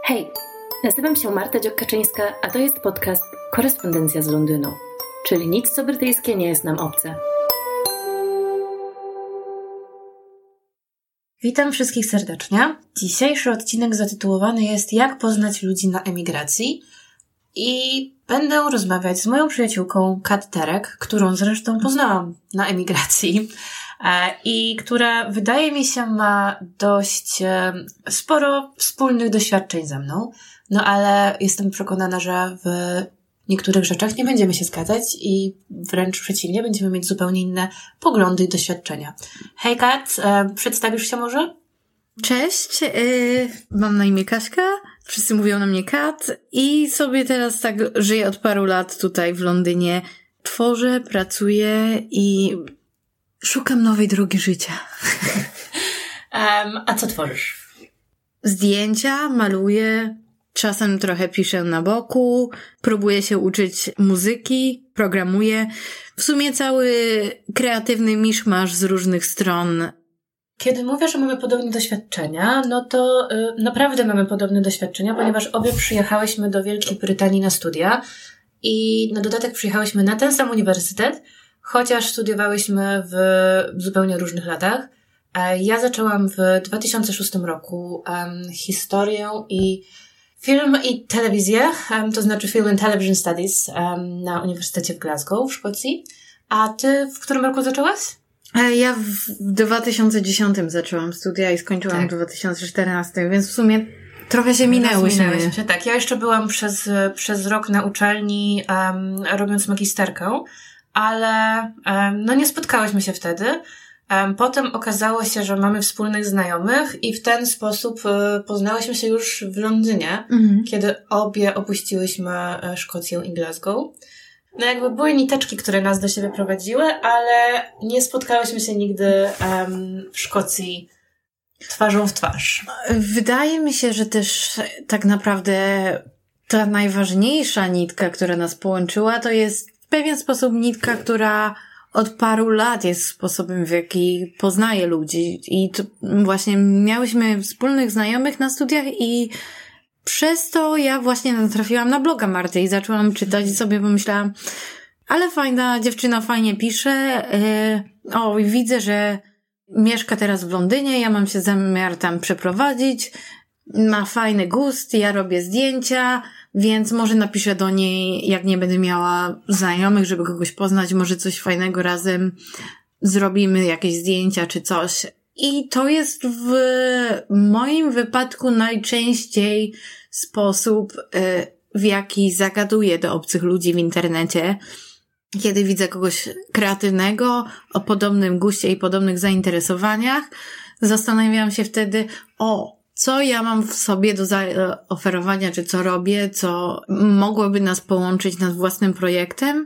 Hej, nazywam się Marta Dziokaczyńska, a to jest podcast Korespondencja z Londynu, czyli nic co brytyjskie nie jest nam obce. Witam wszystkich serdecznie. Dzisiejszy odcinek zatytułowany jest Jak poznać ludzi na emigracji i będę rozmawiać z moją przyjaciółką Kat Terek, którą zresztą poznałam na emigracji i która wydaje mi się ma dość sporo wspólnych doświadczeń ze mną, no ale jestem przekonana, że w niektórych rzeczach nie będziemy się zgadzać i wręcz przeciwnie, będziemy mieć zupełnie inne poglądy i doświadczenia. Hej Kat, przedstawisz się może? Cześć, mam na imię Kaśka, wszyscy mówią na mnie Kat i sobie teraz tak żyję od paru lat tutaj w Londynie. Tworzę, pracuję i szukam nowej drogi życia. A co tworzysz? Zdjęcia, maluję, czasem trochę piszę na boku, próbuję się uczyć muzyki, programuję. W sumie cały kreatywny miszmasz z różnych stron. Kiedy mówię, że mamy podobne doświadczenia, no to naprawdę mamy podobne doświadczenia, ponieważ obie przyjechałyśmy do Wielkiej Brytanii na studia i na dodatek przyjechałyśmy na ten sam uniwersytet, chociaż studiowałyśmy w zupełnie różnych latach. Ja zaczęłam w 2006 roku historię i film i telewizję, to znaczy Film and Television Studies na Uniwersytecie w Glasgow w Szkocji. A ty w którym roku zaczęłaś? Ja w 2010 zaczęłam studia i skończyłam w 2014, więc w sumie trochę się minęłyśmy. Tak, ja jeszcze byłam przez rok na uczelni robiąc magisterkę, ale no nie spotkałyśmy się wtedy. Potem okazało się, że mamy wspólnych znajomych i w ten sposób poznałyśmy się już w Londynie, kiedy obie opuściłyśmy Szkocję i Glasgow. No jakby były niteczki, które nas do siebie prowadziły, ale nie spotkałyśmy się nigdy w Szkocji twarzą w twarz. Wydaje mi się, że też tak naprawdę ta najważniejsza nitka, która nas połączyła, to jest w pewien sposób nitka, która od paru lat jest sposobem, w jaki poznaję ludzi. I to właśnie miałyśmy wspólnych znajomych na studiach i przez to ja właśnie natrafiłam na bloga Marty i zaczęłam czytać i sobie pomyślałam, ale fajna dziewczyna, fajnie pisze. I widzę, że mieszka teraz w Londynie, ja mam się zamiar tam przeprowadzić. Ma fajny gust, ja robię zdjęcia, więc może napiszę do niej, jak nie będę miała znajomych, żeby kogoś poznać, może coś fajnego razem zrobimy, jakieś zdjęcia czy coś. I to jest w moim wypadku najczęściej sposób, w jaki zagaduję do obcych ludzi w internecie. Kiedy widzę kogoś kreatywnego, o podobnym guście i podobnych zainteresowaniach, zastanawiam się wtedy, co ja mam w sobie do zaoferowania, czy co robię, co mogłoby nas połączyć nad własnym projektem.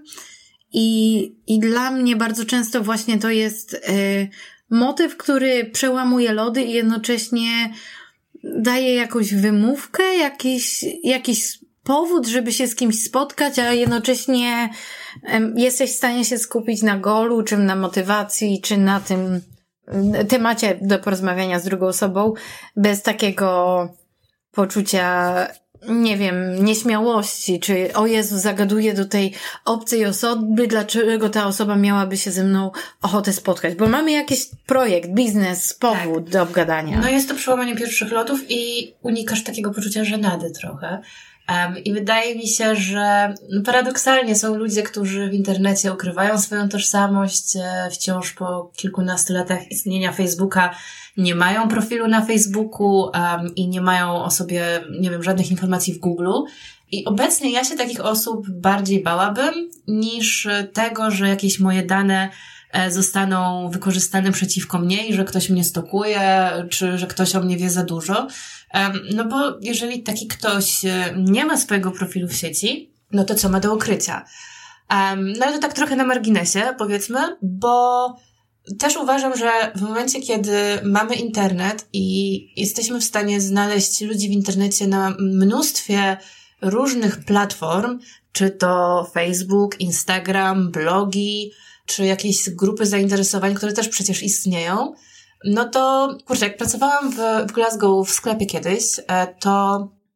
I dla mnie bardzo często właśnie to jest motyw, który przełamuje lody i jednocześnie daje jakąś wymówkę, jakiś powód, żeby się z kimś spotkać, a jednocześnie jesteś w stanie się skupić na golu, czy na motywacji, czy na tym temacie do porozmawiania z drugą osobą, bez takiego poczucia, nie wiem, nieśmiałości, czy o Jezu, zagaduję do tej obcej osoby, dlaczego ta osoba miałaby się ze mną ochotę spotkać, bo mamy jakiś projekt, biznes, powód do obgadania. No jest to przełamanie pierwszych lotów i unikasz takiego poczucia żenady trochę. I wydaje mi się, że paradoksalnie są ludzie, którzy w internecie ukrywają swoją tożsamość, wciąż po kilkunastu latach istnienia Facebooka nie mają profilu na Facebooku i nie mają o sobie, nie wiem, żadnych informacji w Google'u. I obecnie ja się takich osób bardziej bałabym niż tego, że jakieś moje dane zostaną wykorzystane przeciwko mnie i że ktoś mnie stalkuje, czy że ktoś o mnie wie za dużo. No bo jeżeli taki ktoś nie ma swojego profilu w sieci, no to co ma do ukrycia? No ale to tak trochę na marginesie, powiedzmy, bo też uważam, że w momencie, kiedy mamy internet i jesteśmy w stanie znaleźć ludzi w internecie na mnóstwie różnych platform, czy to Facebook, Instagram, blogi, czy jakieś grupy zainteresowań, które też przecież istnieją, no to, kurczę, jak pracowałam w Glasgow w sklepie kiedyś, to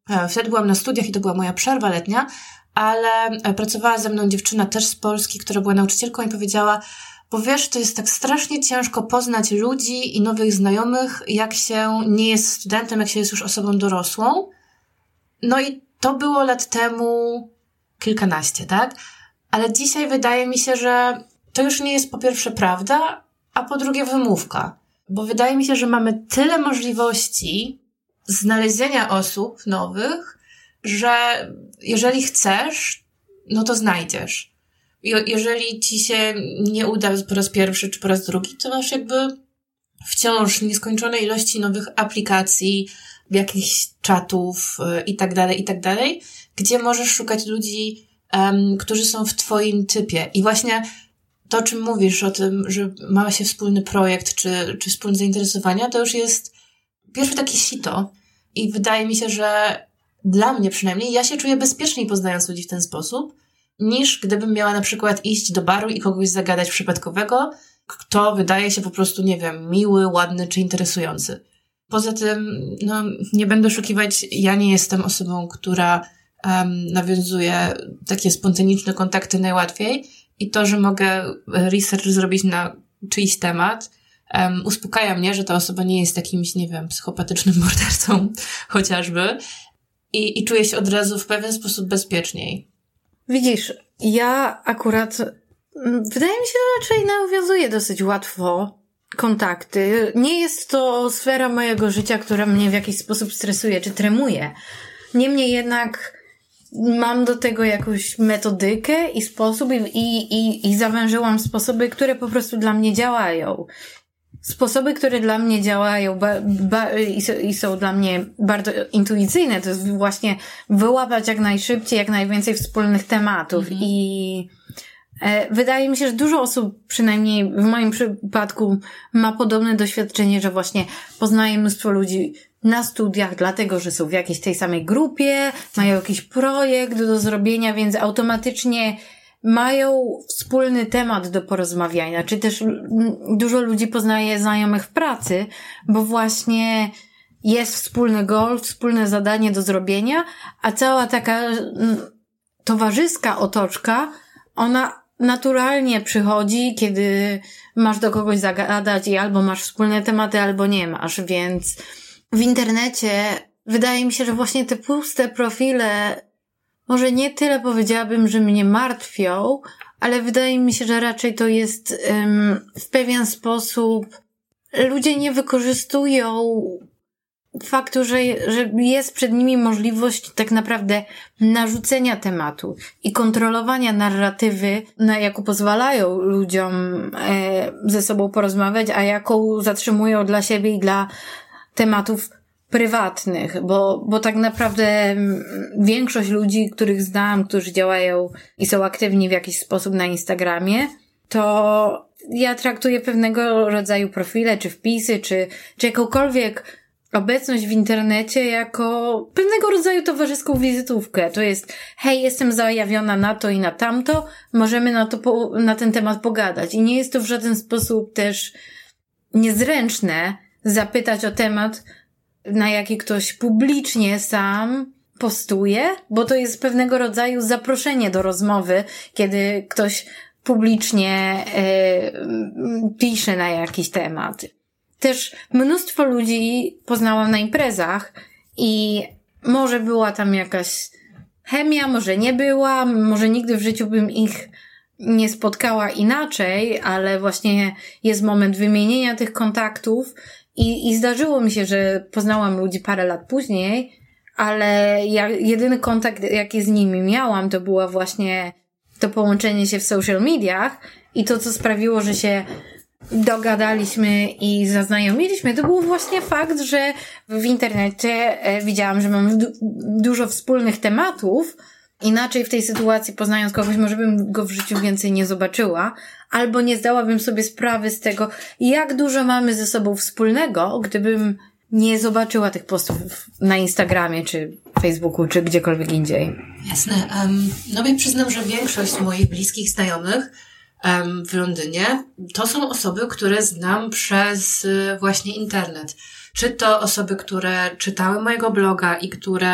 Wtedy byłam na studiach i to była moja przerwa letnia, ale pracowała ze mną dziewczyna też z Polski, która była nauczycielką i powiedziała, bo wiesz, to jest tak strasznie ciężko poznać ludzi i nowych znajomych, jak się nie jest studentem, jak się jest już osobą dorosłą. No i to było lat temu kilkanaście, tak? Ale dzisiaj wydaje mi się, że to już nie jest po pierwsze prawda, a po drugie wymówka. Bo wydaje mi się, że mamy tyle możliwości znalezienia osób nowych, że jeżeli chcesz, no to znajdziesz. Jeżeli ci się nie uda po raz pierwszy czy po raz drugi, to masz jakby wciąż nieskończone ilości nowych aplikacji, jakichś czatów i tak dalej, gdzie możesz szukać ludzi, którzy są w twoim typie. I właśnie to, o czym mówisz, o tym, że ma się wspólny projekt czy wspólne zainteresowania, to już jest pierwszy taki sito. I wydaje mi się, że dla mnie przynajmniej, ja się czuję bezpieczniej poznając ludzi w ten sposób, niż gdybym miała na przykład iść do baru i kogoś zagadać przypadkowego, kto wydaje się po prostu, nie wiem, miły, ładny czy interesujący. Poza tym, no, nie będę oszukiwać, ja nie jestem osobą, która nawiązuje takie spontaniczne kontakty najłatwiej i to, że mogę research zrobić na czyjś temat, uspokaja mnie, że ta osoba nie jest jakimś, nie wiem, psychopatycznym mordercą chociażby i czuję się od razu w pewien sposób bezpieczniej. Widzisz, ja akurat wydaje mi się, że raczej nawiązuję dosyć łatwo kontakty. Nie jest to sfera mojego życia, która mnie w jakiś sposób stresuje czy tremuje. Niemniej jednak mam do tego jakąś metodykę i sposób i zawężyłam sposoby, które po prostu dla mnie działają. Sposoby, które dla mnie działają i są dla mnie bardzo intuicyjne, to jest właśnie wyłapać jak najszybciej, jak najwięcej wspólnych tematów. I wydaje mi się, że dużo osób, przynajmniej w moim przypadku, ma podobne doświadczenie, że właśnie poznaje mnóstwo ludzi na studiach, dlatego, że są w jakiejś tej samej grupie, mają jakiś projekt do zrobienia, więc automatycznie mają wspólny temat do porozmawiania, czy też dużo ludzi poznaje znajomych w pracy, bo właśnie jest wspólny goal, wspólne zadanie do zrobienia, a cała taka towarzyska otoczka, ona naturalnie przychodzi, kiedy masz do kogoś zagadać i albo masz wspólne tematy, albo nie masz, więc w internecie wydaje mi się, że właśnie te puste profile może nie tyle powiedziałabym, że mnie martwią, ale wydaje mi się, że raczej to jest w pewien sposób ludzie nie wykorzystują faktu, że jest przed nimi możliwość tak naprawdę narzucenia tematu i kontrolowania narratywy, na jaką pozwalają ludziom ze sobą porozmawiać, a jaką zatrzymują dla siebie i dla tematów prywatnych, bo tak naprawdę większość ludzi, których znam, którzy działają i są aktywni w jakiś sposób na Instagramie, to ja traktuję pewnego rodzaju profile, czy wpisy, czy jakąkolwiek obecność w internecie jako pewnego rodzaju towarzyską wizytówkę. To jest, hej, jestem zajawiona na to i na tamto, możemy na ten temat pogadać. I nie jest to w żaden sposób też niezręczne zapytać o temat, na jaki ktoś publicznie sam postuje, bo to jest pewnego rodzaju zaproszenie do rozmowy, kiedy ktoś publicznie pisze na jakiś temat. Też mnóstwo ludzi poznałam na imprezach i może była tam jakaś chemia, może nie była, może nigdy w życiu bym ich nie spotkała inaczej, ale właśnie jest moment wymienienia tych kontaktów i zdarzyło mi się, że poznałam ludzi parę lat później, ale jedyny kontakt, jaki z nimi miałam, to było właśnie to połączenie się w social mediach i to, co sprawiło, że się dogadaliśmy i zaznajomiliśmy, to był właśnie fakt, że w internecie widziałam, że mam dużo wspólnych tematów. Inaczej w tej sytuacji, poznając kogoś, może bym go w życiu więcej nie zobaczyła, albo nie zdałabym sobie sprawy z tego, jak dużo mamy ze sobą wspólnego, gdybym nie zobaczyła tych postów na Instagramie, czy Facebooku, czy gdziekolwiek indziej. Jasne. No i przyznam, że większość moich bliskich znajomych w Londynie to są osoby, które znam przez właśnie internet. Czy to osoby, które czytały mojego bloga i które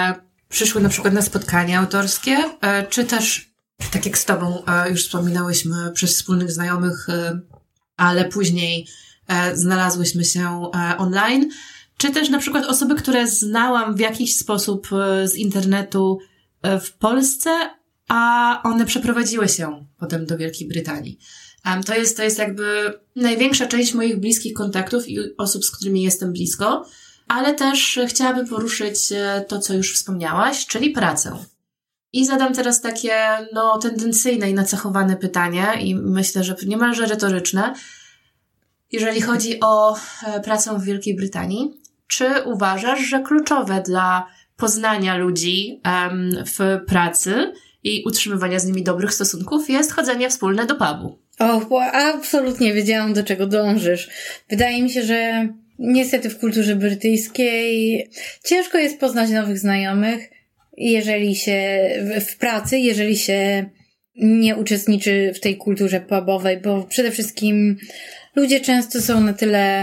przyszły na przykład na spotkania autorskie, czy też, tak jak z tobą już wspominałyśmy, przez wspólnych znajomych, ale później znalazłyśmy się online, czy też na przykład osoby, które znałam w jakiś sposób z internetu w Polsce, a one przeprowadziły się potem do Wielkiej Brytanii. To jest jakby największa część moich bliskich kontaktów i osób, z którymi jestem blisko, ale też chciałabym poruszyć to, co już wspomniałaś, czyli pracę. I zadam teraz takie, tendencyjne i nacechowane pytanie i myślę, że niemalże retoryczne. Jeżeli chodzi o pracę w Wielkiej Brytanii, czy uważasz, że kluczowe dla poznania ludzi w pracy i utrzymywania z nimi dobrych stosunków jest chodzenie wspólne do pubu? Absolutnie wiedziałam, do czego dążysz. Wydaje mi się, że niestety w kulturze brytyjskiej ciężko jest poznać nowych znajomych, jeżeli się w pracy, jeżeli się nie uczestniczy w tej kulturze pubowej, bo przede wszystkim ludzie często są na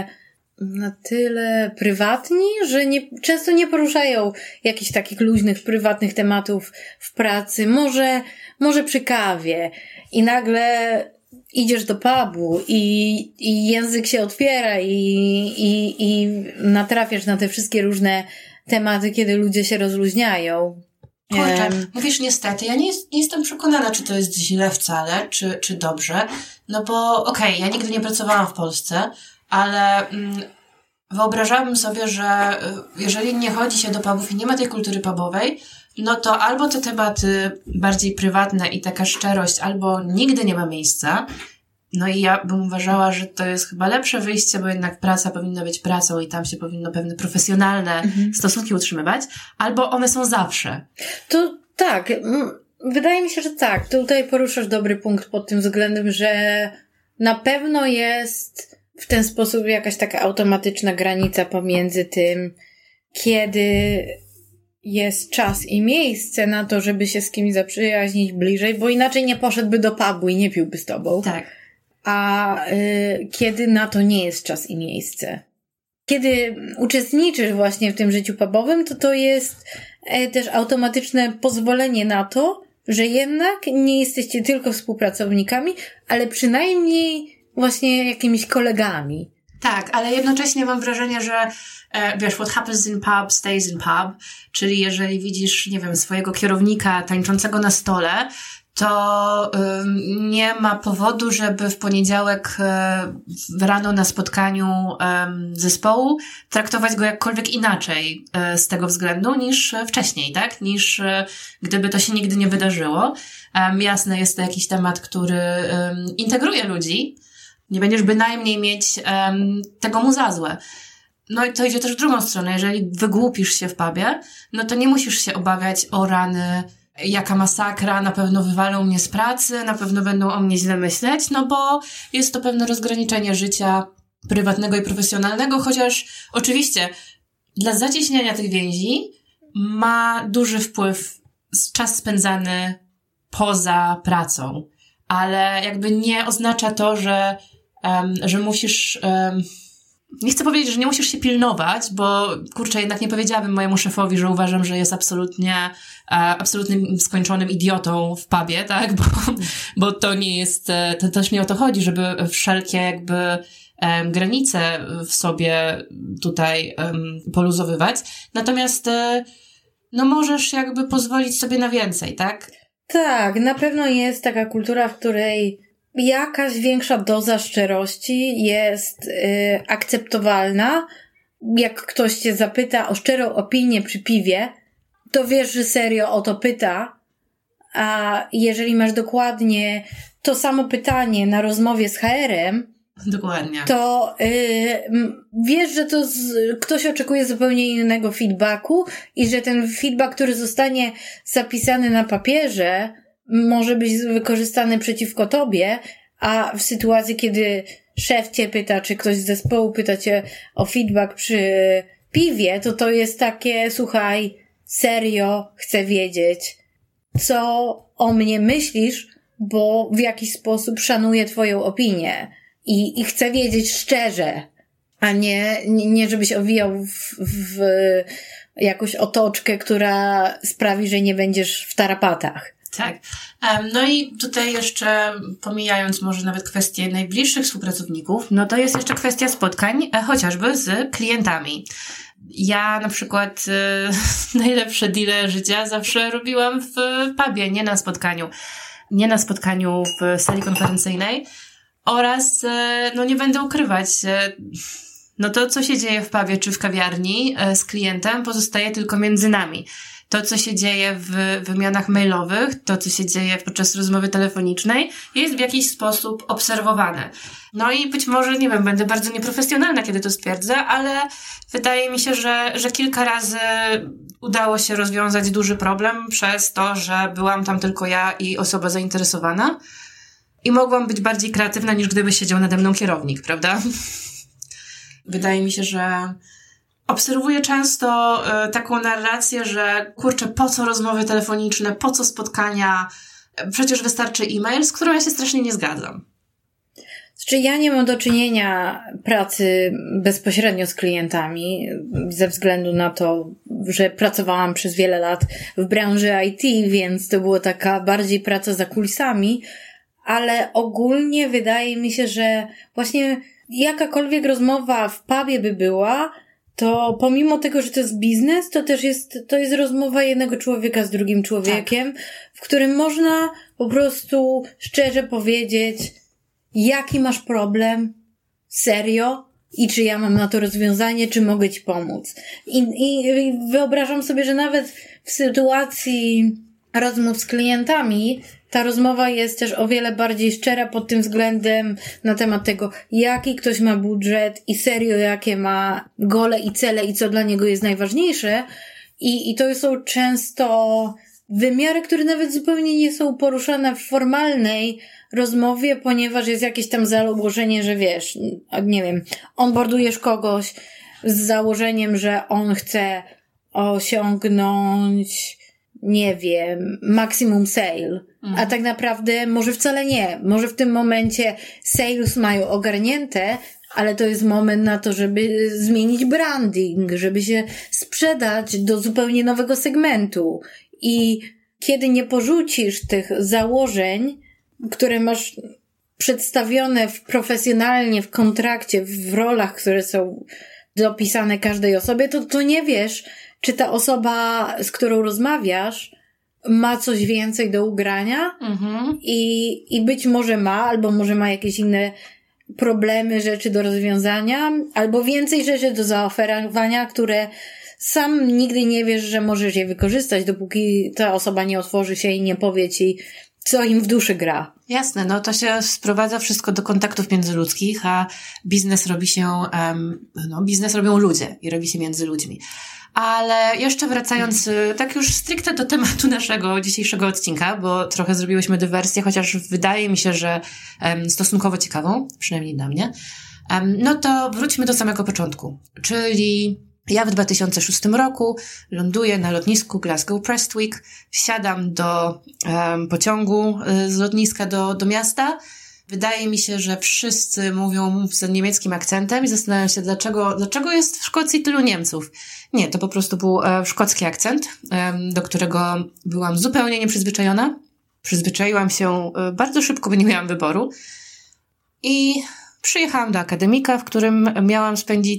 tyle prywatni, że często nie poruszają jakichś takich luźnych, prywatnych tematów w pracy. Może przy kawie i nagle idziesz do pubu i język się otwiera i natrafiasz na te wszystkie różne tematy, kiedy ludzie się rozluźniają. Kurczę, mówisz niestety, ja nie jestem przekonana, czy to jest źle wcale, czy dobrze, bo ja nigdy nie pracowałam w Polsce, ale wyobrażałabym sobie, że jeżeli nie chodzi się do pubów i nie ma tej kultury pubowej, to albo te tematy bardziej prywatne i taka szczerość, albo nigdy nie ma miejsca. I ja bym uważała, że to jest chyba lepsze wyjście, bo jednak praca powinna być pracą i tam się powinno pewne profesjonalne stosunki utrzymywać, albo one są zawsze. To tak, wydaje mi się, że tak. Tutaj poruszasz dobry punkt pod tym względem, że na pewno jest w ten sposób jakaś taka automatyczna granica pomiędzy tym, kiedy jest czas i miejsce na to, żeby się z kimś zaprzyjaźnić bliżej, bo inaczej nie poszedłby do pubu i nie piłby z tobą. Tak. A kiedy na to nie jest czas i miejsce. Kiedy uczestniczysz właśnie w tym życiu pubowym, to jest też automatyczne pozwolenie na to, że jednak nie jesteście tylko współpracownikami, ale przynajmniej właśnie jakimiś kolegami. Tak, ale jednocześnie mam wrażenie, że what happens in pub stays in pub, czyli jeżeli widzisz, swojego kierownika tańczącego na stole, to nie ma powodu, żeby w poniedziałek rano na spotkaniu zespołu traktować go jakkolwiek inaczej z tego względu niż wcześniej, tak? Niż gdyby to się nigdy nie wydarzyło. Jasne, jest to jakiś temat, który integruje ludzi. Nie będziesz bynajmniej mieć tego mu za złe. I to idzie też w drugą stronę. Jeżeli wygłupisz się w pubie, to nie musisz się obawiać o rany, jaka masakra, na pewno wywalą mnie z pracy, na pewno będą o mnie źle myśleć, bo jest to pewne rozgraniczenie życia prywatnego i profesjonalnego, chociaż oczywiście dla zacieśniania tych więzi ma duży wpływ czas spędzany poza pracą, ale jakby nie oznacza to, że musisz... Nie chcę powiedzieć, że nie musisz się pilnować, bo jednak nie powiedziałabym mojemu szefowi, że uważam, że jest absolutnym skończonym idiotą w pubie, tak? Bo to nie jest, to też nie o to chodzi, żeby wszelkie jakby granice w sobie tutaj poluzowywać. Natomiast możesz jakby pozwolić sobie na więcej, tak? Tak, na pewno jest taka kultura, w której jakaś większa doza szczerości jest akceptowalna. Jak ktoś cię zapyta o szczerą opinię przy piwie, to wiesz, że serio o to pyta. A jeżeli masz dokładnie to samo pytanie na rozmowie z HR-em, dokładnie, to wiesz, że ktoś oczekuje zupełnie innego feedbacku i że ten feedback, który zostanie zapisany na papierze, może być wykorzystany przeciwko tobie, a w sytuacji, kiedy szef cię pyta, czy ktoś z zespołu pyta cię o feedback przy piwie, to jest takie, słuchaj, serio chcę wiedzieć, co o mnie myślisz, bo w jakiś sposób szanuję twoją opinię i chcę wiedzieć szczerze, a nie żebyś owijał w jakąś otoczkę, która sprawi, że nie będziesz w tarapatach. Tak. No i tutaj jeszcze pomijając może nawet kwestie najbliższych współpracowników, no to jest jeszcze kwestia spotkań chociażby z klientami. Ja na przykład najlepsze deale życia zawsze robiłam w pubie, nie na spotkaniu w sali konferencyjnej oraz, no nie będę ukrywać, no to co się dzieje w pubie czy w kawiarni z klientem pozostaje tylko między nami. To, co się dzieje w wymianach mailowych, to, co się dzieje podczas rozmowy telefonicznej, jest w jakiś sposób obserwowane. No i być może, nie wiem, będę bardzo nieprofesjonalna, kiedy to stwierdzę, ale wydaje mi się, że kilka razy udało się rozwiązać duży problem przez to, że byłam tam tylko ja i osoba zainteresowana i mogłam być bardziej kreatywna, niż gdyby siedział nade mną kierownik, prawda? Wydaje mi się, że obserwuję często taką narrację, że kurczę, po co rozmowy telefoniczne, po co spotkania, przecież wystarczy e-mail, z którą ja się strasznie nie zgadzam. Znaczy ja nie mam do czynienia pracy bezpośrednio z klientami ze względu na to, że pracowałam przez wiele lat w branży IT, więc to była taka bardziej praca za kulisami, ale ogólnie wydaje mi się, że właśnie jakakolwiek rozmowa w pubie by była, to pomimo tego, że to jest biznes, to jest rozmowa jednego człowieka z drugim człowiekiem, tak, w którym można po prostu szczerze powiedzieć, jaki masz problem, serio, i czy ja mam na to rozwiązanie, czy mogę ci pomóc. I wyobrażam sobie, że nawet w sytuacji rozmów z klientami ta rozmowa jest też o wiele bardziej szczera pod tym względem na temat tego, jaki ktoś ma budżet i serio jakie ma gole i cele i co dla niego jest najważniejsze. I to są często wymiary, które nawet zupełnie nie są poruszane w formalnej rozmowie, ponieważ jest jakieś tam założenie, że wiesz, nie wiem, onboardujesz kogoś z założeniem, że on chce osiągnąć, nie wiem, maksimum sale. A tak naprawdę może wcale nie. Może w tym momencie sales mają ogarnięte, ale to jest moment na to, żeby zmienić branding, żeby się sprzedać do zupełnie nowego segmentu. I kiedy nie porzucisz tych założeń, które masz przedstawione profesjonalnie w kontrakcie, w rolach, które są dopisane każdej osobie, to nie wiesz, czy ta osoba, z którą rozmawiasz, ma coś więcej do ugrania i być może ma, albo może ma jakieś inne problemy, rzeczy do rozwiązania, albo więcej rzeczy do zaoferowania, które sam nigdy nie wiesz, że możesz je wykorzystać, dopóki ta osoba nie otworzy się i nie powie ci, co im w duszy gra. Jasne, no to się sprowadza wszystko do kontaktów międzyludzkich, a biznes robi się, biznes robią ludzie i robi się między ludźmi. Ale jeszcze wracając tak już stricte do tematu naszego dzisiejszego odcinka, bo trochę zrobiłyśmy dywersję, chociaż wydaje mi się, że stosunkowo ciekawą, przynajmniej dla mnie. No to wróćmy do samego początku, czyli ja w 2006 roku ląduję na lotnisku Glasgow Prestwick, wsiadam do pociągu z lotniska do miasta. Wydaje mi się, że wszyscy mówią z niemieckim akcentem i zastanawiam się, dlaczego jest w Szkocji tylu Niemców. Nie, to po prostu był szkocki akcent, do którego byłam zupełnie nieprzyzwyczajona. Przyzwyczaiłam się bardzo szybko, bo nie miałam wyboru. I przyjechałam do akademika, w którym miałam spędzić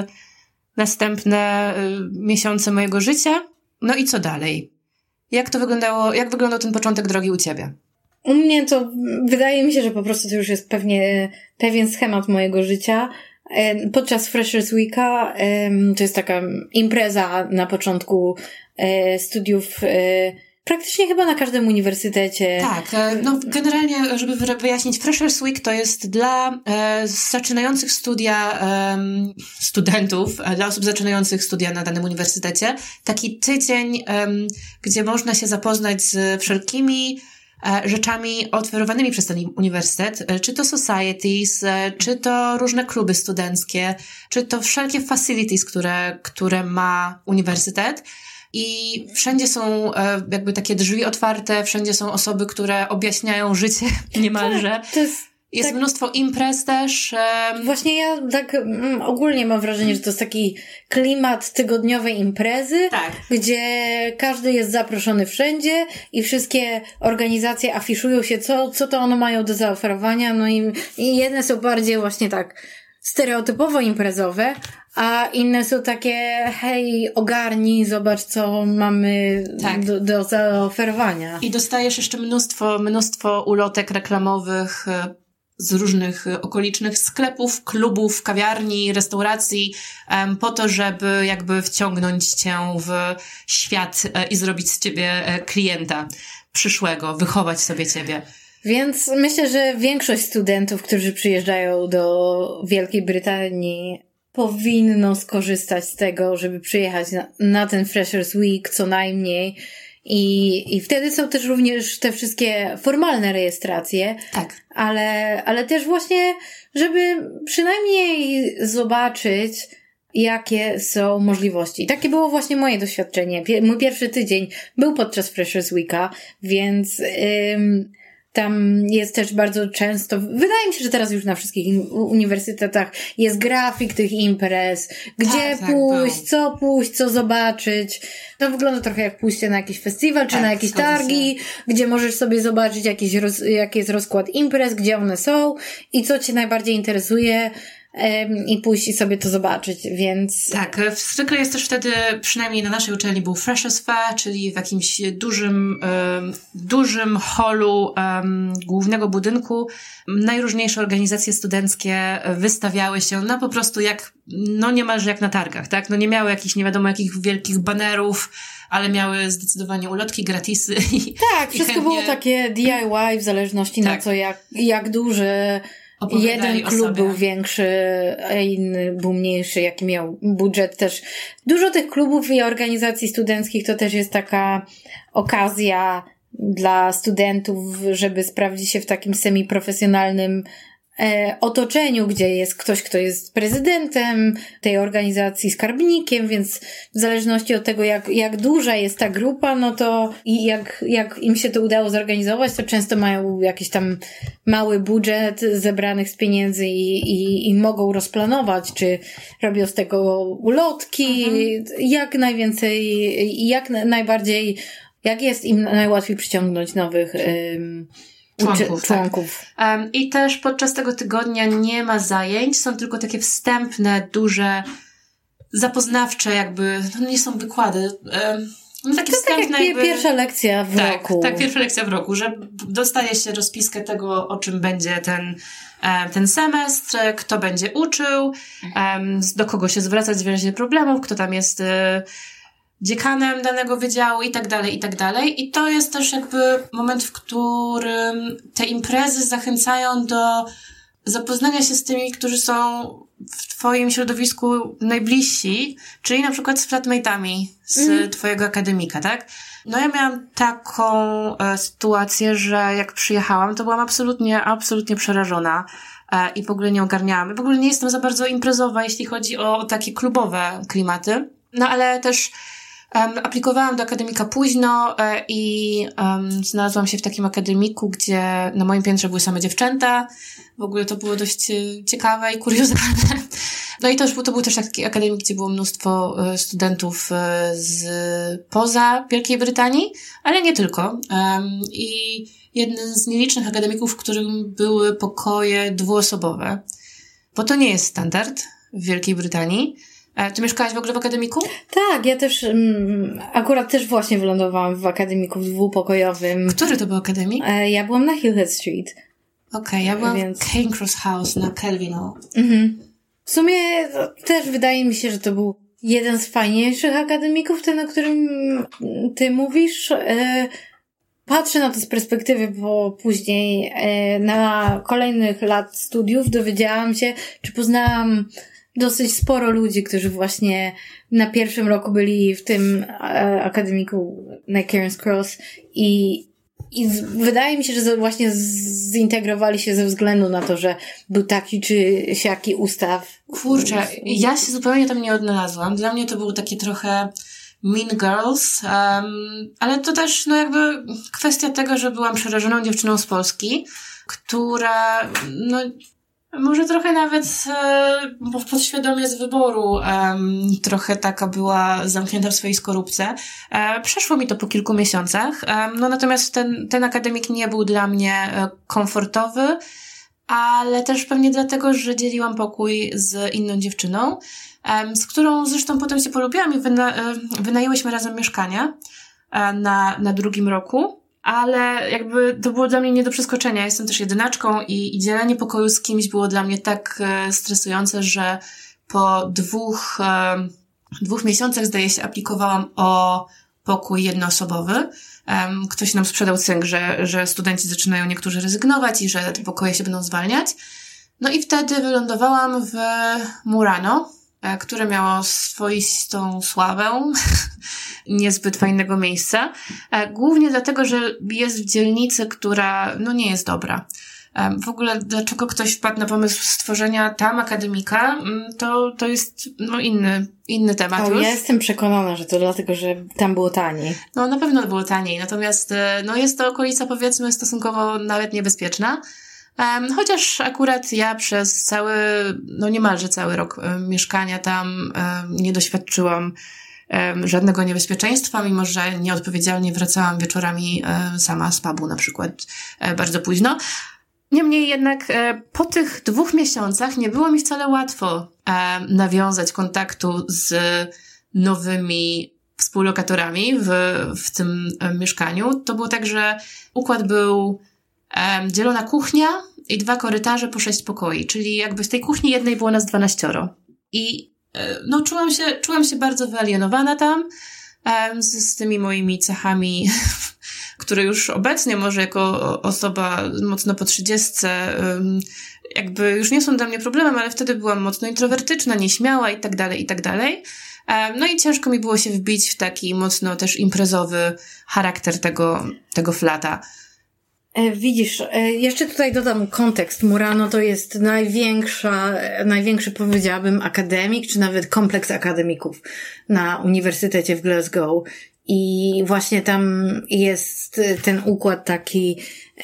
następne miesiące mojego życia. No i co dalej? Jak to wyglądało? Jak wyglądał ten początek drogi u ciebie? U mnie to wydaje mi się, że po prostu to już jest pewien schemat mojego życia. Podczas Freshers Weeka, to jest taka impreza na początku studiów, praktycznie chyba na każdym uniwersytecie. Tak, no generalnie, żeby wyjaśnić, Freshers Week to jest dla zaczynających studia studentów, dla osób zaczynających studia na danym uniwersytecie, taki tydzień, gdzie można się zapoznać z wszelkimi rzeczami oferowanymi przez ten uniwersytet, czy to societies, czy to różne kluby studenckie, czy to wszelkie facilities, które ma uniwersytet. I wszędzie są jakby takie drzwi otwarte, wszędzie są osoby, które objaśniają życie niemalże. Tak, Jest tak, mnóstwo imprez też. Właśnie ja tak ogólnie mam wrażenie, że to jest taki klimat tygodniowej imprezy, Tak. gdzie każdy jest zaproszony wszędzie i wszystkie organizacje afiszują się, co to one mają do zaoferowania, no i jedne są bardziej właśnie tak stereotypowo imprezowe, a inne są takie, hej, ogarnij, zobacz, co mamy do zaoferowania. I dostajesz jeszcze mnóstwo ulotek reklamowych z różnych okolicznych sklepów, klubów, kawiarni, restauracji, po to, żeby jakby wciągnąć cię w świat i zrobić z ciebie klienta przyszłego, wychować sobie ciebie. Więc myślę, że większość studentów, którzy przyjeżdżają do Wielkiej Brytanii, powinno skorzystać z tego, żeby przyjechać na ten Freshers Week co najmniej. I wtedy są też również te wszystkie formalne rejestracje. Tak. Ale też właśnie, żeby przynajmniej zobaczyć, jakie są możliwości. Takie było właśnie moje doświadczenie. Mój pierwszy tydzień był podczas Freshers Weeka, więc tam jest też bardzo często, wydaje mi się, że teraz już na wszystkich uniwersytetach jest grafik tych imprez, gdzie pójść, co zobaczyć. To wygląda trochę jak pójście na jakiś festiwal, czy na jakieś targi, gdzie możesz sobie zobaczyć jaki jest rozkład imprez, gdzie one są i co cię najbardziej interesuje. I pójść i sobie to zobaczyć, więc... Tak, zwykle jest też wtedy, przynajmniej na naszej uczelni był Freshers Fair, czyli w jakimś dużym hallu głównego budynku najróżniejsze organizacje studenckie wystawiały się po prostu niemalże jak na targach, tak? Nie miały jakichś nie wiadomo jakich wielkich banerów, ale miały zdecydowanie ulotki, gratisy. Tak, wszystko było takie DIY w zależności na co, jak duży... Jeden klub był większy, a inny był mniejszy, jaki miał budżet też. Dużo tych klubów i organizacji studenckich to też jest taka okazja dla studentów, żeby sprawdzić się w takim semi-profesjonalnym otoczeniu, gdzie jest ktoś, kto jest prezydentem tej organizacji, skarbnikiem, więc w zależności od tego, jak duża jest ta grupa, no to i jak im się to udało zorganizować, to często mają jakiś tam mały budżet zebranych z pieniędzy i mogą rozplanować, czy robią z tego ulotki, jak najwięcej, jak najbardziej, jak jest im najłatwiej przyciągnąć nowych członków. Tak. I też podczas tego tygodnia nie ma zajęć, są tylko takie wstępne, duże, zapoznawcze nie są wykłady. Takie to wstępne tak jak pierwsza lekcja w roku. Tak, pierwsza lekcja w roku, że dostaje się rozpiskę tego, o czym będzie ten semestr, kto będzie uczył, do kogo się zwracać w razie problemów, kto tam jest dziekanem danego wydziału i tak dalej. I to jest też moment, w którym te imprezy zachęcają do zapoznania się z tymi, którzy są w twoim środowisku najbliżsi, czyli na przykład z flatmate'ami z twojego akademika, tak? Ja miałam taką sytuację, że jak przyjechałam, to byłam absolutnie przerażona i w ogóle nie ogarniałam. W ogóle nie jestem za bardzo imprezowa, jeśli chodzi o takie klubowe klimaty. Ale też aplikowałam do akademika późno i znalazłam się w takim akademiku, gdzie na moim piętrze były same dziewczęta. W ogóle to było dość ciekawe i kuriozalne. I to był też taki akademik, gdzie było mnóstwo studentów poza Wielkiej Brytanii, ale nie tylko. I jeden z nielicznych akademików, w którym były pokoje dwuosobowe. Bo to nie jest standard w Wielkiej Brytanii. Ty mieszkałaś w ogóle w akademiku? Tak, ja też akurat też właśnie wylądowałam w akademiku dwupokojowym. Który to był akademik? Ja byłam na Hillhead Street. Okej, ja byłam w Cairncross House na Kelvino. W sumie też wydaje mi się, że to był jeden z fajniejszych akademików, ten, o którym ty mówisz. Patrzę na to z perspektywy, bo później na kolejnych lat studiów dowiedziałam się, czy poznałam dosyć sporo ludzi, którzy właśnie na pierwszym roku byli w tym akademiku na Cairns Cross i wydaje mi się, że właśnie zintegrowali się ze względu na to, że był taki czy siaki ustaw. Kurczę, ja się zupełnie tam nie odnalazłam. Dla mnie to był takie trochę Mean Girls, ale to też kwestia tego, że byłam przerażoną dziewczyną z Polski, która może trochę nawet podświadomie z wyboru trochę taka była zamknięta w swojej skorupce. Przeszło mi to po kilku miesiącach, natomiast ten akademik nie był dla mnie komfortowy, ale też pewnie dlatego, że dzieliłam pokój z inną dziewczyną, z którą zresztą potem się polubiłam i wynajęłyśmy razem mieszkanie na drugim roku. Ale jakby to było dla mnie nie do przeskoczenia. Jestem też jedynaczką i dzielenie pokoju z kimś było dla mnie tak stresujące, że po dwóch miesiącach, zdaje się, aplikowałam o pokój jednoosobowy. Ktoś nam sprzedał cynk, że studenci zaczynają niektórzy rezygnować i że te pokoje się będą zwalniać. No i wtedy wylądowałam w Murano, które miało swoistą sławę niezbyt fajnego miejsca. Głównie dlatego, że jest w dzielnicy, która nie jest dobra. W ogóle dlaczego ktoś wpadł na pomysł stworzenia tam akademika, to jest inny temat już. Ja jestem przekonana, że to dlatego, że tam było taniej. Na pewno było taniej, natomiast jest to okolica, powiedzmy, stosunkowo nawet niebezpieczna. Chociaż akurat ja przez niemalże cały rok mieszkania tam nie doświadczyłam żadnego niebezpieczeństwa, mimo że nieodpowiedzialnie wracałam wieczorami sama z pubu na przykład bardzo późno. Niemniej jednak po tych 2 miesiącach nie było mi wcale łatwo nawiązać kontaktu z nowymi współlokatorami w tym mieszkaniu. To było tak, że układ był dzielona kuchnia i 2 korytarze po 6 pokoi, czyli jakby w tej kuchni jednej było nas 12. I czułam się bardzo wyalienowana tam z tymi moimi cechami, które już obecnie może jako osoba mocno po 30 jakby już nie są dla mnie problemem, ale wtedy byłam mocno introwertyczna, nieśmiała i tak dalej. I ciężko mi było się wbić w taki mocno też imprezowy charakter tego Widzisz, jeszcze tutaj dodam kontekst. Murano to jest największy, powiedziałabym, akademik, czy nawet kompleks akademików na Uniwersytecie w Glasgow. I właśnie tam jest ten układ taki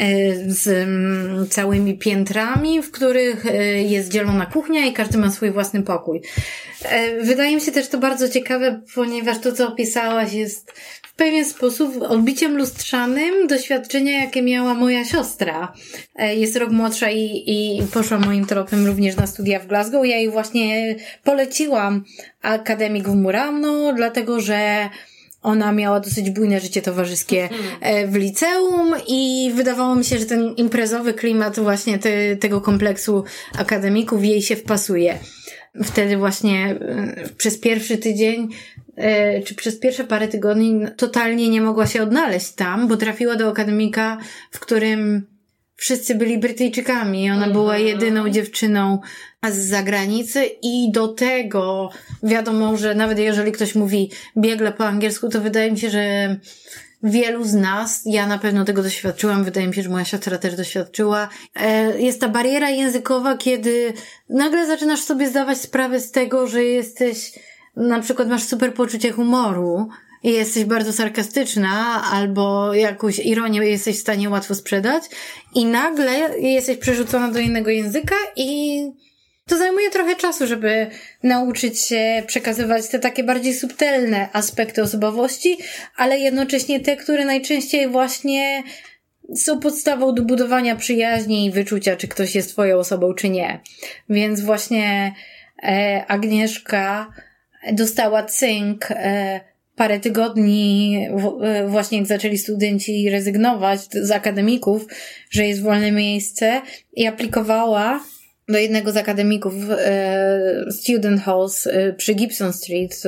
z całymi piętrami, w których jest dzielona kuchnia i każdy ma swój własny pokój. Wydaje mi się też to bardzo ciekawe, ponieważ to, co opisałaś, jest w pewien sposób odbiciem lustrzanym doświadczenia, jakie miała moja siostra. Jest rok młodsza i poszła moim tropem również na studia w Glasgow. Ja jej właśnie poleciłam akademik w Murano, dlatego że ona miała dosyć bujne życie towarzyskie w liceum i wydawało mi się, że ten imprezowy klimat właśnie tego kompleksu akademików jej się wpasuje. Wtedy właśnie przez pierwszy tydzień czy przez pierwsze parę tygodni totalnie nie mogła się odnaleźć tam, bo trafiła do akademika, w którym wszyscy byli Brytyjczykami. Ona była jedyną dziewczyną z zagranicy i do tego wiadomo, że nawet jeżeli ktoś mówi biegle po angielsku, to wydaje mi się, że wielu z nas, ja na pewno tego doświadczyłam, wydaje mi się, że moja siostra też doświadczyła, jest ta bariera językowa, kiedy nagle zaczynasz sobie zdawać sprawę z tego, że na przykład masz super poczucie humoru i jesteś bardzo sarkastyczna albo jakąś ironię jesteś w stanie łatwo sprzedać i nagle jesteś przerzucona do innego języka i to zajmuje trochę czasu, żeby nauczyć się przekazywać te takie bardziej subtelne aspekty osobowości, ale jednocześnie te, które najczęściej właśnie są podstawą do budowania przyjaźni i wyczucia, czy ktoś jest twoją osobą, czy nie. Więc właśnie Agnieszka dostała cynk parę tygodni, właśnie jak zaczęli studenci rezygnować z akademików, że jest wolne miejsce i aplikowała do jednego z akademików Student Halls przy Gibson Street,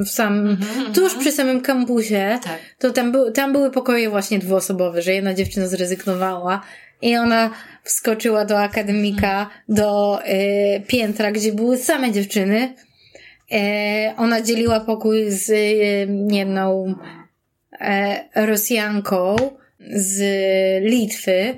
tuż przy samym kampusie. Tak. To tam były pokoje właśnie 2-osobowe, że jedna dziewczyna zrezygnowała i ona wskoczyła do akademika, do piętra, gdzie były same dziewczyny. Ona dzieliła pokój z jedną Rosjanką z Litwy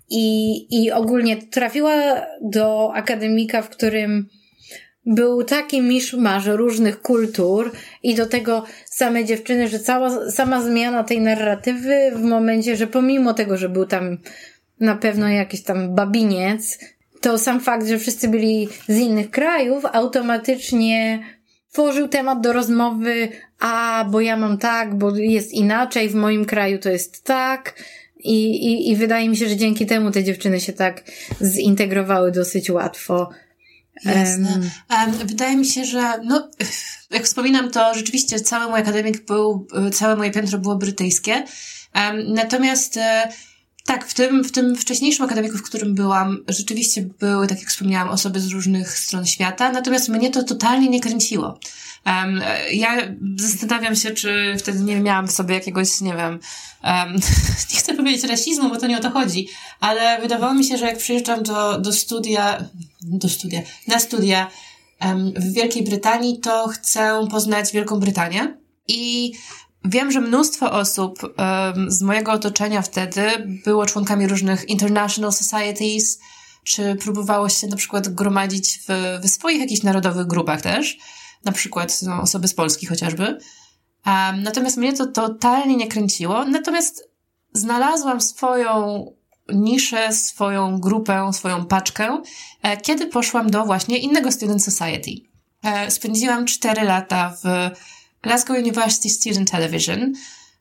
i ogólnie trafiła do akademika, w którym był taki miszmasz różnych kultur i do tego same dziewczyny, że sama zmiana tej narratywy w momencie, że pomimo tego, że był tam na pewno jakiś tam babiniec, to sam fakt, że wszyscy byli z innych krajów, automatycznie tworzył temat do rozmowy, bo ja mam tak, bo jest inaczej, w moim kraju to jest tak. I wydaje mi się, że dzięki temu te dziewczyny się tak zintegrowały dosyć łatwo. Jasne. Wydaje mi się, że jak wspominam, to rzeczywiście całe moje piętro było brytyjskie. Natomiast tak, w tym wcześniejszym akademiku, w którym byłam, rzeczywiście były, tak jak wspomniałam, osoby z różnych stron świata, natomiast mnie to totalnie nie kręciło. Ja zastanawiam się, czy wtedy nie miałam w sobie jakiegoś, nie wiem, nie chcę powiedzieć rasizmu, bo to nie o to chodzi, ale wydawało mi się, że jak przyjeżdżam na studia w Wielkiej Brytanii, to chcę poznać Wielką Brytanię i wiem, że mnóstwo osób z mojego otoczenia wtedy było członkami różnych international societies, czy próbowało się na przykład gromadzić w swoich jakichś narodowych grupach też, na przykład osoby z Polski chociażby. Natomiast mnie to totalnie nie kręciło, natomiast znalazłam swoją niszę, swoją grupę, swoją paczkę, kiedy poszłam do właśnie innego Student Society. Spędziłam 4 lata w Glasgow University Student Television,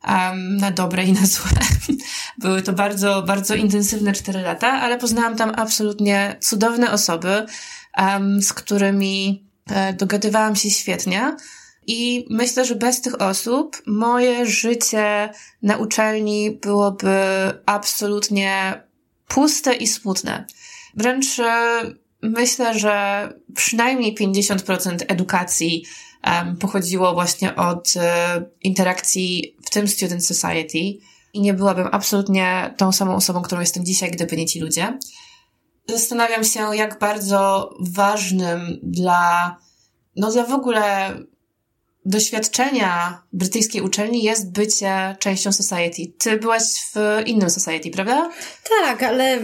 na dobre i na złe. Były to bardzo, bardzo intensywne 4 lata, ale poznałam tam absolutnie cudowne osoby, z którymi dogadywałam się świetnie i myślę, że bez tych osób moje życie na uczelni byłoby absolutnie puste i smutne. Wręcz myślę, że przynajmniej 50% edukacji pochodziło właśnie od interakcji w tym Student Society i nie byłabym absolutnie tą samą osobą, którą jestem dzisiaj, gdyby nie ci ludzie. Zastanawiam się, jak bardzo ważnym dla w ogóle doświadczenia brytyjskiej uczelni jest bycie częścią society. Ty byłaś w innym society, prawda? Tak, ale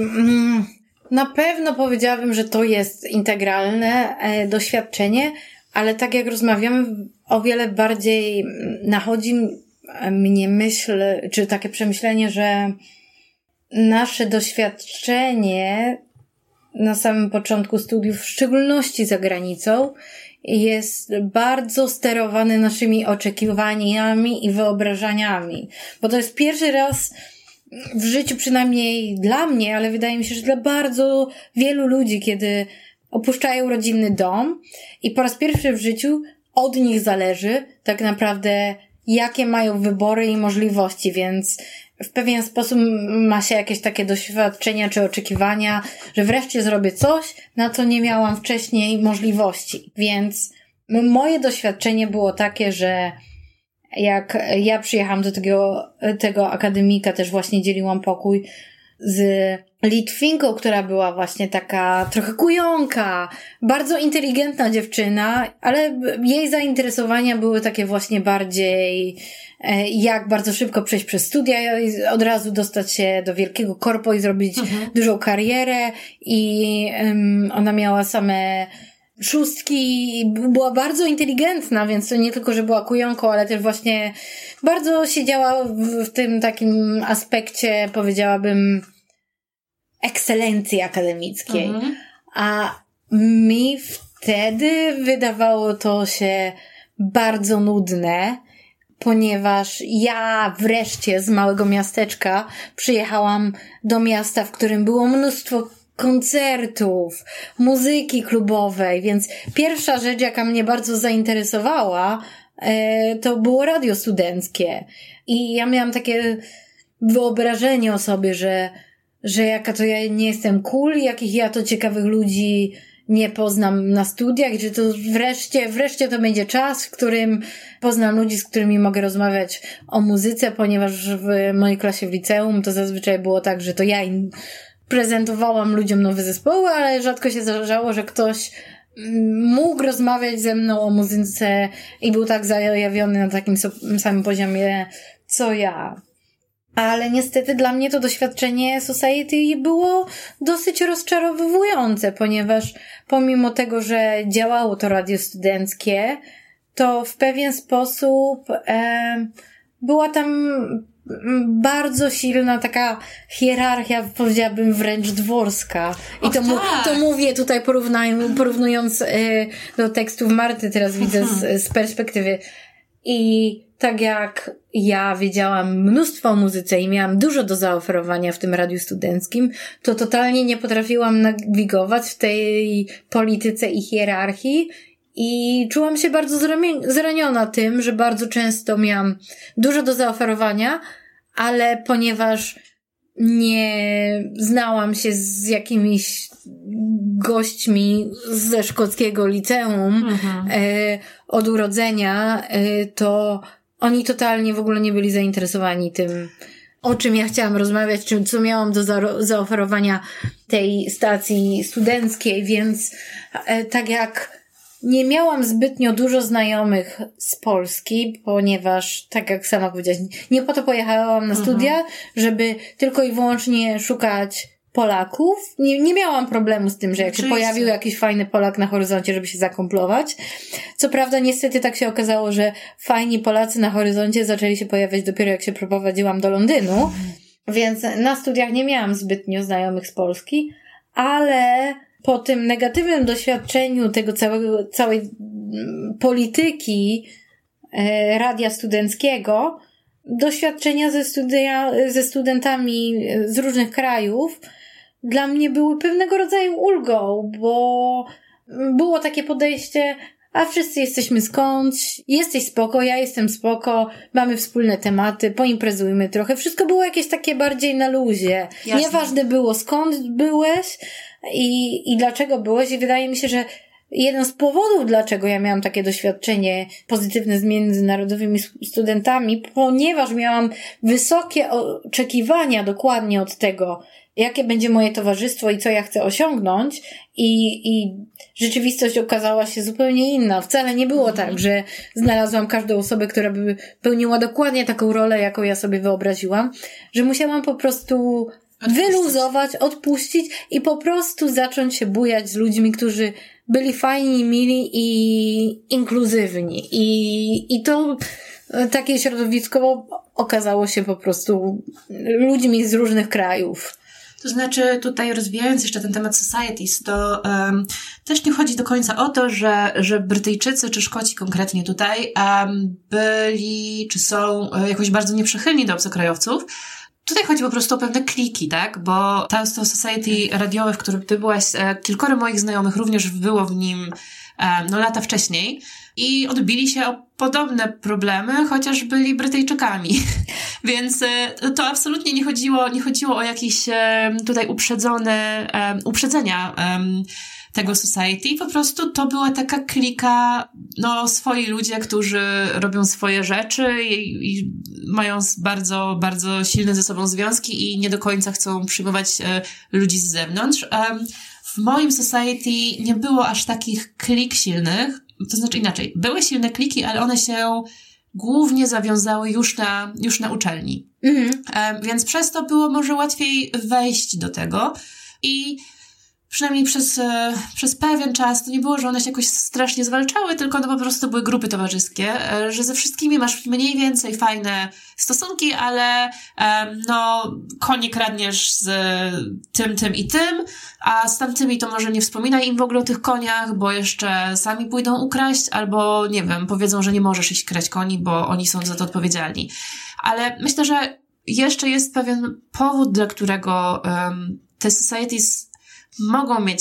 na pewno powiedziałabym, że to jest integralne doświadczenie, ale tak jak rozmawiamy, o wiele bardziej nachodzi mnie czy takie przemyślenie, że nasze doświadczenie na samym początku studiów, w szczególności za granicą, jest bardzo sterowane naszymi oczekiwaniami i wyobrażeniami. Bo to jest pierwszy raz w życiu, przynajmniej dla mnie, ale wydaje mi się, że dla bardzo wielu ludzi, kiedy opuszczają rodzinny dom i po raz pierwszy w życiu od nich zależy tak naprawdę, jakie mają wybory i możliwości, więc w pewien sposób ma się jakieś takie doświadczenia czy oczekiwania, że wreszcie zrobię coś, na co nie miałam wcześniej możliwości. Więc moje doświadczenie było takie, że jak ja przyjechałam do tego akademika, też właśnie dzieliłam pokój z Litwinką, która była właśnie taka trochę kujonka, bardzo inteligentna dziewczyna, ale jej zainteresowania były takie właśnie bardziej jak bardzo szybko przejść przez studia, od razu dostać się do wielkiego korpo i zrobić dużą karierę i ona miała same 6 i była bardzo inteligentna, więc to nie tylko, że była kujonką, ale też właśnie bardzo siedziała w tym takim aspekcie, powiedziałabym, ekscelencji akademickiej. A mi wtedy wydawało to się bardzo nudne, ponieważ ja wreszcie z małego miasteczka przyjechałam do miasta, w którym było mnóstwo koncertów, muzyki klubowej, więc pierwsza rzecz, jaka mnie bardzo zainteresowała, to było radio studenckie. I ja miałam takie wyobrażenie o sobie, że jaka to ja nie jestem cool, jakich ja to ciekawych ludzi nie poznam na studiach, że to wreszcie to będzie czas, w którym poznam ludzi, z którymi mogę rozmawiać o muzyce, ponieważ w mojej klasie w liceum to zazwyczaj było tak, że to ja im prezentowałam ludziom nowe zespoły, ale rzadko się zdarzało, że ktoś mógł rozmawiać ze mną o muzyce i był tak zajawiony na takim samym poziomie, co ja. Ale niestety dla mnie to doświadczenie Society było dosyć rozczarowujące, ponieważ pomimo tego, że działało to radio studenckie, to w pewien sposób była tam bardzo silna taka hierarchia, powiedziałabym wręcz dworska. I to mówię tutaj porównując do tekstów Marty, teraz widzę z perspektywy. I tak jak ja wiedziałam mnóstwo o muzyce i miałam dużo do zaoferowania w tym radiu studenckim, to totalnie nie potrafiłam nawigować w tej polityce i hierarchii i czułam się bardzo zraniona tym, że bardzo często miałam dużo do zaoferowania, ale ponieważ nie znałam się z jakimiś gośćmi ze szkockiego liceum od urodzenia, to oni totalnie w ogóle nie byli zainteresowani tym, o czym ja chciałam rozmawiać, co miałam do zaoferowania tej stacji studenckiej, więc tak jak nie miałam zbytnio dużo znajomych z Polski, ponieważ, tak jak sama powiedziałaś, nie po to pojechałam na studia, żeby tylko i wyłącznie szukać Polaków. Nie miałam problemu z tym, że jak się pojawił jakiś fajny Polak na horyzoncie, żeby się zakumplować. Co prawda, niestety tak się okazało, że fajni Polacy na horyzoncie zaczęli się pojawiać dopiero jak się przeprowadziłam do Londynu, więc na studiach nie miałam zbytnio znajomych z Polski, ale po tym negatywnym doświadczeniu tego całej polityki radia studenckiego, doświadczenia ze studentami z różnych krajów dla mnie były pewnego rodzaju ulgą, bo było takie podejście, a wszyscy jesteśmy skądś, jesteś spoko, ja jestem spoko, mamy wspólne tematy, poimprezujmy trochę. Wszystko było jakieś takie bardziej na luzie. Jasne. Nieważne było skąd byłeś i dlaczego byłeś i wydaje mi się, że jeden z powodów, dlaczego ja miałam takie doświadczenie pozytywne z międzynarodowymi studentami, ponieważ miałam wysokie oczekiwania dokładnie od tego, jakie będzie moje towarzystwo i co ja chcę osiągnąć i rzeczywistość okazała się zupełnie inna. Wcale nie było tak, że znalazłam każdą osobę, która by pełniła dokładnie taką rolę, jaką ja sobie wyobraziłam, że musiałam po prostu wyluzować, odpuścić i po prostu zacząć się bujać z ludźmi, którzy byli fajni, mili i inkluzywni. I to takie środowisko okazało się po prostu ludźmi z różnych krajów. To znaczy tutaj rozwijając jeszcze ten temat societies, to też nie chodzi do końca o to, że Brytyjczycy czy Szkoci konkretnie tutaj byli czy są jakoś bardzo nieprzychylni do obcokrajowców. Tutaj chodzi po prostu o pewne kliki, tak? Bo to society radiowe, w którym ty byłaś, kilkoro moich znajomych również było w nim lata wcześniej i odbili się o podobne problemy, chociaż byli Brytyjczykami. Więc to absolutnie nie chodziło o jakieś tutaj uprzedzenia tego society. Po prostu to była taka klika, swoi ludzie, którzy robią swoje rzeczy i mają bardzo, bardzo silne ze sobą związki i nie do końca chcą przyjmować ludzi z zewnątrz. W moim society nie było aż takich klik silnych, to znaczy inaczej, były silne kliki, ale one się głównie zawiązały już na uczelni. Więc przez to było może łatwiej wejść do tego i przynajmniej przez pewien czas to nie było, że one się jakoś strasznie zwalczały, tylko po prostu były grupy towarzyskie, że ze wszystkimi masz mniej więcej fajne stosunki, ale konie kradniesz z tym i tym, a z tamtymi to może nie wspominaj im w ogóle o tych koniach, bo jeszcze sami pójdą ukraść, albo nie wiem, powiedzą, że nie możesz iść kraść koni, bo oni są za to odpowiedzialni. Ale myślę, że jeszcze jest pewien powód, dla którego te societies mogą mieć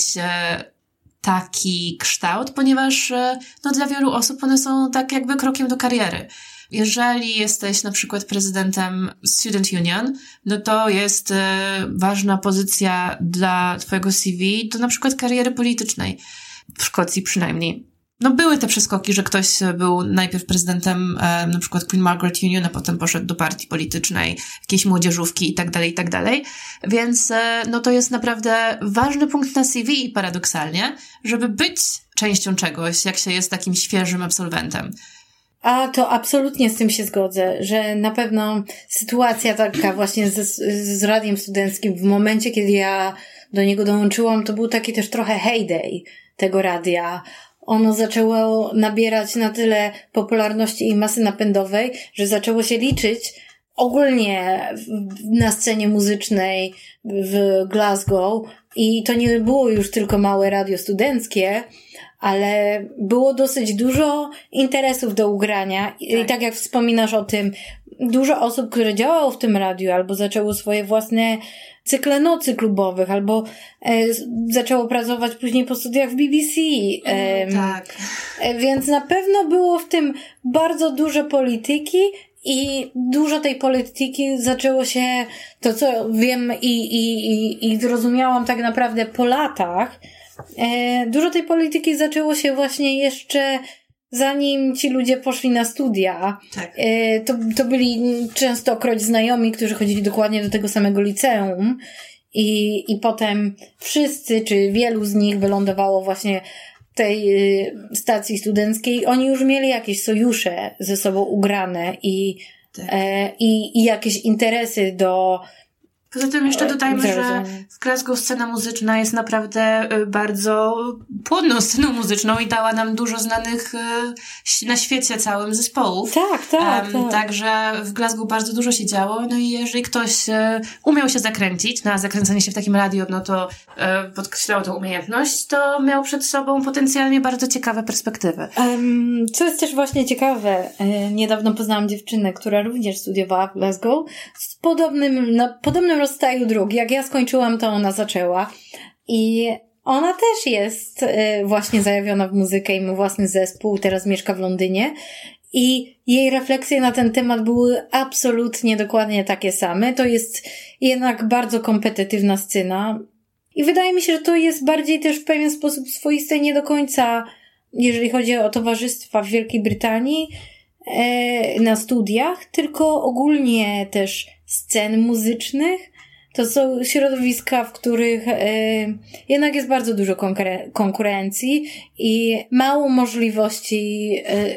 taki kształt, ponieważ dla wielu osób one są tak jakby krokiem do kariery. Jeżeli jesteś na przykład prezydentem Student Union, to jest ważna pozycja dla twojego CV do na przykład kariery politycznej. W Szkocji przynajmniej. Były te przeskoki, że ktoś był najpierw prezydentem na przykład Queen Margaret Union, a potem poszedł do partii politycznej, jakiejś młodzieżówki i tak dalej. Więc to jest naprawdę ważny punkt na CV paradoksalnie, żeby być częścią czegoś, jak się jest takim świeżym absolwentem. A to absolutnie z tym się zgodzę, że na pewno sytuacja taka właśnie z radiem studenckim w momencie, kiedy ja do niego dołączyłam, to był taki też trochę heyday tego radia. ono zaczęło nabierać na tyle popularności i masy napędowej, że zaczęło się liczyć ogólnie na scenie muzycznej w Glasgow i to nie było już tylko małe radio studenckie, ale było dosyć dużo interesów do ugrania i tak jak wspominasz o tym, dużo osób, które działało w tym radiu albo zaczęło swoje własne cykle nocy klubowych, albo zaczęło pracować później po studiach w BBC. Tak. Więc na pewno było w tym bardzo dużo polityki i dużo tej polityki zaczęło się, to co wiem i zrozumiałam tak naprawdę po latach, dużo tej polityki zaczęło się właśnie jeszcze zanim ci ludzie poszli na studia. Tak. To byli częstokroć znajomi, którzy chodzili dokładnie do tego samego liceum i potem wszyscy, czy wielu z nich wylądowało właśnie w tej stacji studenckiej. Oni już mieli jakieś sojusze ze sobą ugrane i jakieś interesy do... Poza tym jeszcze dodajmy, że w Glasgow scena muzyczna jest naprawdę bardzo płodną sceną muzyczną i dała nam dużo znanych na świecie całym zespołów. Tak. Także w Glasgow bardzo dużo się działo, no i jeżeli ktoś umiał się zakręcić na zakręcenie się w takim radio, no to podkreślało tą umiejętność, to miał przed sobą potencjalnie bardzo ciekawe perspektywy. Co jest też właśnie ciekawe, niedawno poznałam dziewczynę, która również studiowała w Glasgow z podobnym rozstaju dróg. Jak ja skończyłam, to ona zaczęła. I ona też jest właśnie zajawiona w muzykę i ma własny zespół. Teraz mieszka w Londynie. I jej refleksje na ten temat były absolutnie dokładnie takie same. To jest jednak bardzo kompetytywna scena. I wydaje mi się, że to jest bardziej też w pewien sposób swoiste nie do końca, jeżeli chodzi o towarzystwa w Wielkiej Brytanii, na studiach, tylko ogólnie też scen muzycznych. To są środowiska, w których jednak jest bardzo dużo konkurencji i mało możliwości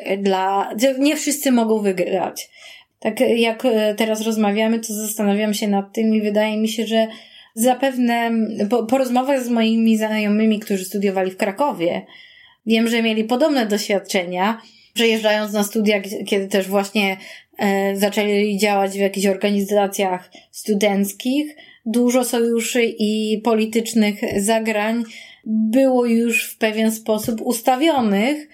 nie wszyscy mogą wygrać. Tak jak teraz rozmawiamy, to zastanawiam się nad tym i wydaje mi się, że zapewne po rozmowach z moimi znajomymi, którzy studiowali w Krakowie, wiem, że mieli podobne doświadczenia, przejeżdżając na studia, kiedy też właśnie zaczęli działać w jakichś organizacjach studenckich. Dużo sojuszy i politycznych zagrań było już w pewien sposób ustawionych,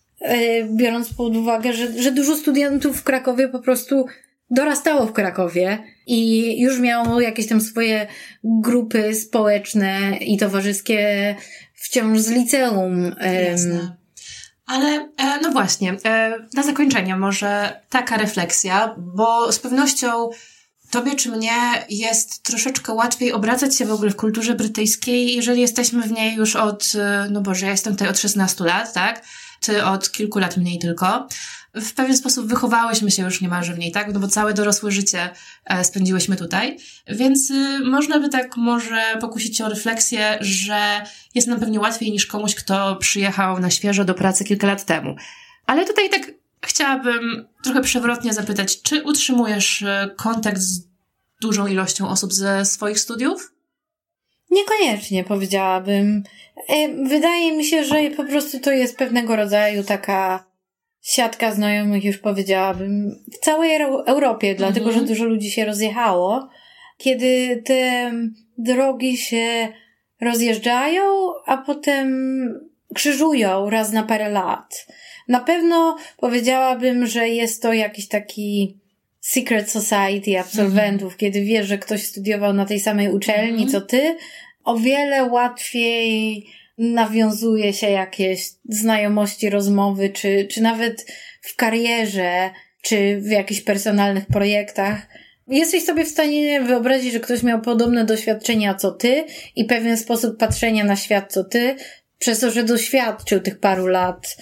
biorąc pod uwagę, że dużo studentów w Krakowie po prostu dorastało w Krakowie i już miało jakieś tam swoje grupy społeczne i towarzyskie wciąż z liceum. Jasne. Ale no właśnie, na zakończenie może taka refleksja, bo z pewnością tobie czy mnie jest troszeczkę łatwiej obracać się w ogóle w kulturze brytyjskiej, jeżeli jesteśmy w niej już ja jestem tutaj od 16 lat, tak? Ty od kilku lat mniej tylko. W pewien sposób wychowałyśmy się już niemalże w niej, tak? No bo całe dorosłe życie spędziłyśmy tutaj. Więc można by tak może pokusić się o refleksję, że jest nam pewnie łatwiej niż komuś, kto przyjechał na świeżo do pracy kilka lat temu. Ale tutaj tak chciałabym trochę przewrotnie zapytać, czy utrzymujesz kontakt z dużą ilością osób ze swoich studiów? Niekoniecznie, powiedziałabym. Wydaje mi się, że po prostu to jest pewnego rodzaju taka siatka znajomych, już powiedziałabym, w całej Europie, dlatego, że dużo ludzi się rozjechało. Kiedy te drogi się rozjeżdżają, a potem krzyżują raz na parę lat. Na pewno powiedziałabym, że jest to jakiś taki secret society absolwentów, kiedy wiesz, że ktoś studiował na tej samej uczelni co ty, o wiele łatwiej nawiązuje się jakieś znajomości, rozmowy, czy nawet w karierze, czy w jakichś personalnych projektach. Jesteś sobie w stanie wyobrazić, że ktoś miał podobne doświadczenia co ty i pewien sposób patrzenia na świat co ty, przez to, że doświadczył tych paru lat,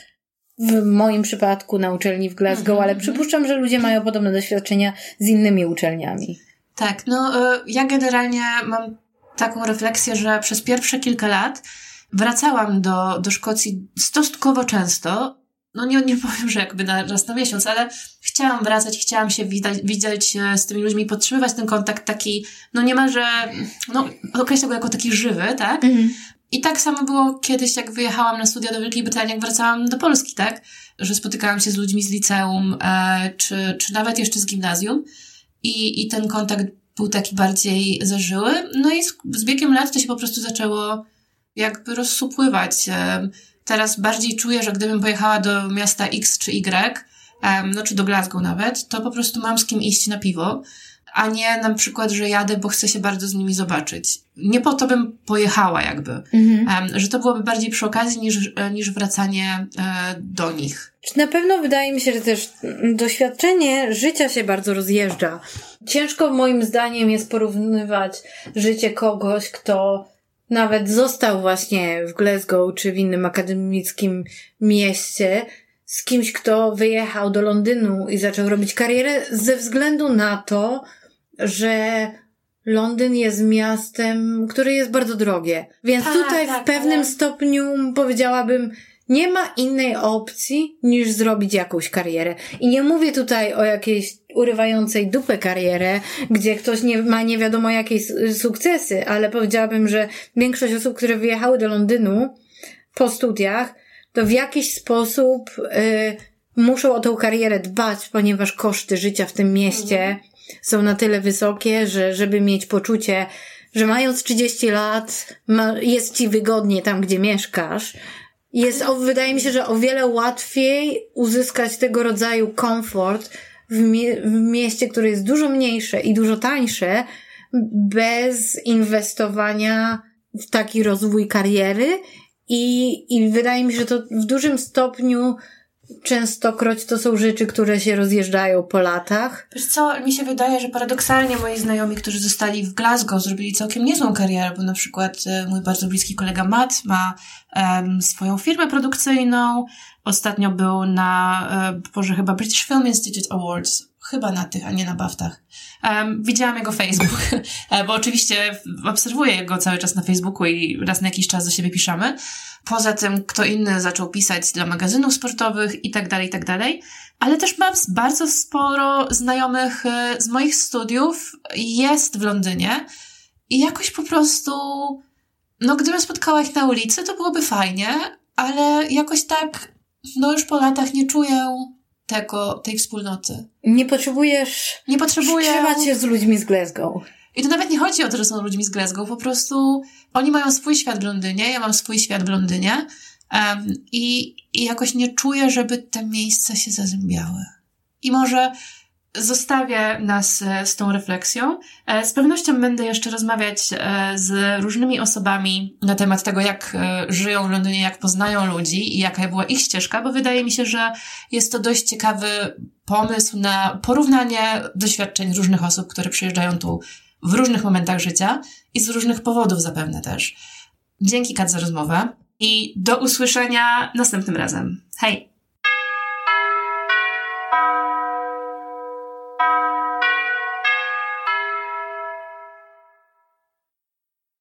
w moim przypadku na uczelni w Glasgow, ale przypuszczam, że ludzie mają podobne doświadczenia z innymi uczelniami. Tak, ja generalnie mam taką refleksję, że przez pierwsze kilka lat wracałam do Szkocji stosunkowo często. Nie powiem, że jakby raz na miesiąc, ale chciałam wracać, chciałam się widzieć z tymi ludźmi, podtrzymywać ten kontakt taki, niemalże, określę go jako taki żywy, tak? I tak samo było kiedyś, jak wyjechałam na studia do Wielkiej Brytanii, jak wracałam do Polski, tak? Że spotykałam się z ludźmi z liceum, czy nawet jeszcze z gimnazjum i ten kontakt był taki bardziej zażyły. No i z biegiem lat to się po prostu zaczęło jakby rozsupływać. Teraz bardziej czuję, że gdybym pojechała do miasta X czy Y, czy do Glasgow nawet, to po prostu mam z kim iść na piwo, a nie na przykład, że jadę, bo chcę się bardzo z nimi zobaczyć. Nie po to bym pojechała jakby. Że to byłoby bardziej przy okazji niż wracanie do nich. Na pewno wydaje mi się, że też doświadczenie życia się bardzo rozjeżdża. Ciężko moim zdaniem jest porównywać życie kogoś, kto nawet został właśnie w Glasgow czy w innym akademickim mieście, z kimś, kto wyjechał do Londynu i zaczął robić karierę ze względu na to, że Londyn jest miastem, które jest bardzo drogie. Więc tutaj w pewnym stopniu powiedziałabym, nie ma innej opcji niż zrobić jakąś karierę. I nie mówię tutaj o jakiejś urywającej dupę karierę, gdzie ktoś ma nie wiadomo jakie sukcesy, ale powiedziałabym, że większość osób, które wyjechały do Londynu po studiach, to w jakiś sposób muszą o tą karierę dbać, ponieważ koszty życia w tym mieście są na tyle wysokie, że żeby mieć poczucie, że mając 30 lat jest ci wygodnie tam, gdzie mieszkasz. Wydaje mi się, że o wiele łatwiej uzyskać tego rodzaju komfort w mieście, które jest dużo mniejsze i dużo tańsze, bez inwestowania w taki rozwój kariery. I wydaje mi się, że to w dużym stopniu częstokroć to są rzeczy, które się rozjeżdżają po latach. Wiesz co, mi się wydaje, że paradoksalnie moi znajomi, którzy zostali w Glasgow, zrobili całkiem niezłą karierę, bo na przykład mój bardzo bliski kolega Matt ma swoją firmę produkcyjną. Ostatnio był na, chyba British Film Institute Awards. Chyba na tych, a nie na BAFTach. Widziałam jego Facebook, bo oczywiście obserwuję go cały czas na Facebooku i raz na jakiś czas do siebie piszemy. Poza tym kto inny zaczął pisać dla magazynów sportowych i tak dalej. Ale też mam bardzo sporo znajomych z moich studiów jest w Londynie i jakoś po prostu, gdybym spotkała ich na ulicy, to byłoby fajnie, ale jakoś tak, już po latach nie czuję tej wspólnoty. Nie potrzebujesz trzymać się z ludźmi z Glasgow. I to nawet nie chodzi o to, że są ludźmi z Glasgow, po prostu oni mają swój świat w Londynie, ja mam swój świat w Londynie i jakoś nie czuję, żeby te miejsca się zazębiały. I może zostawię nas z tą refleksją. Z pewnością będę jeszcze rozmawiać z różnymi osobami na temat tego, jak żyją w Londynie, jak poznają ludzi i jaka była ich ścieżka, bo wydaje mi się, że jest to dość ciekawy pomysł na porównanie doświadczeń różnych osób, które przyjeżdżają tu w różnych momentach życia i z różnych powodów zapewne też. Dzięki, Kat, za rozmowę i do usłyszenia następnym razem. Hej!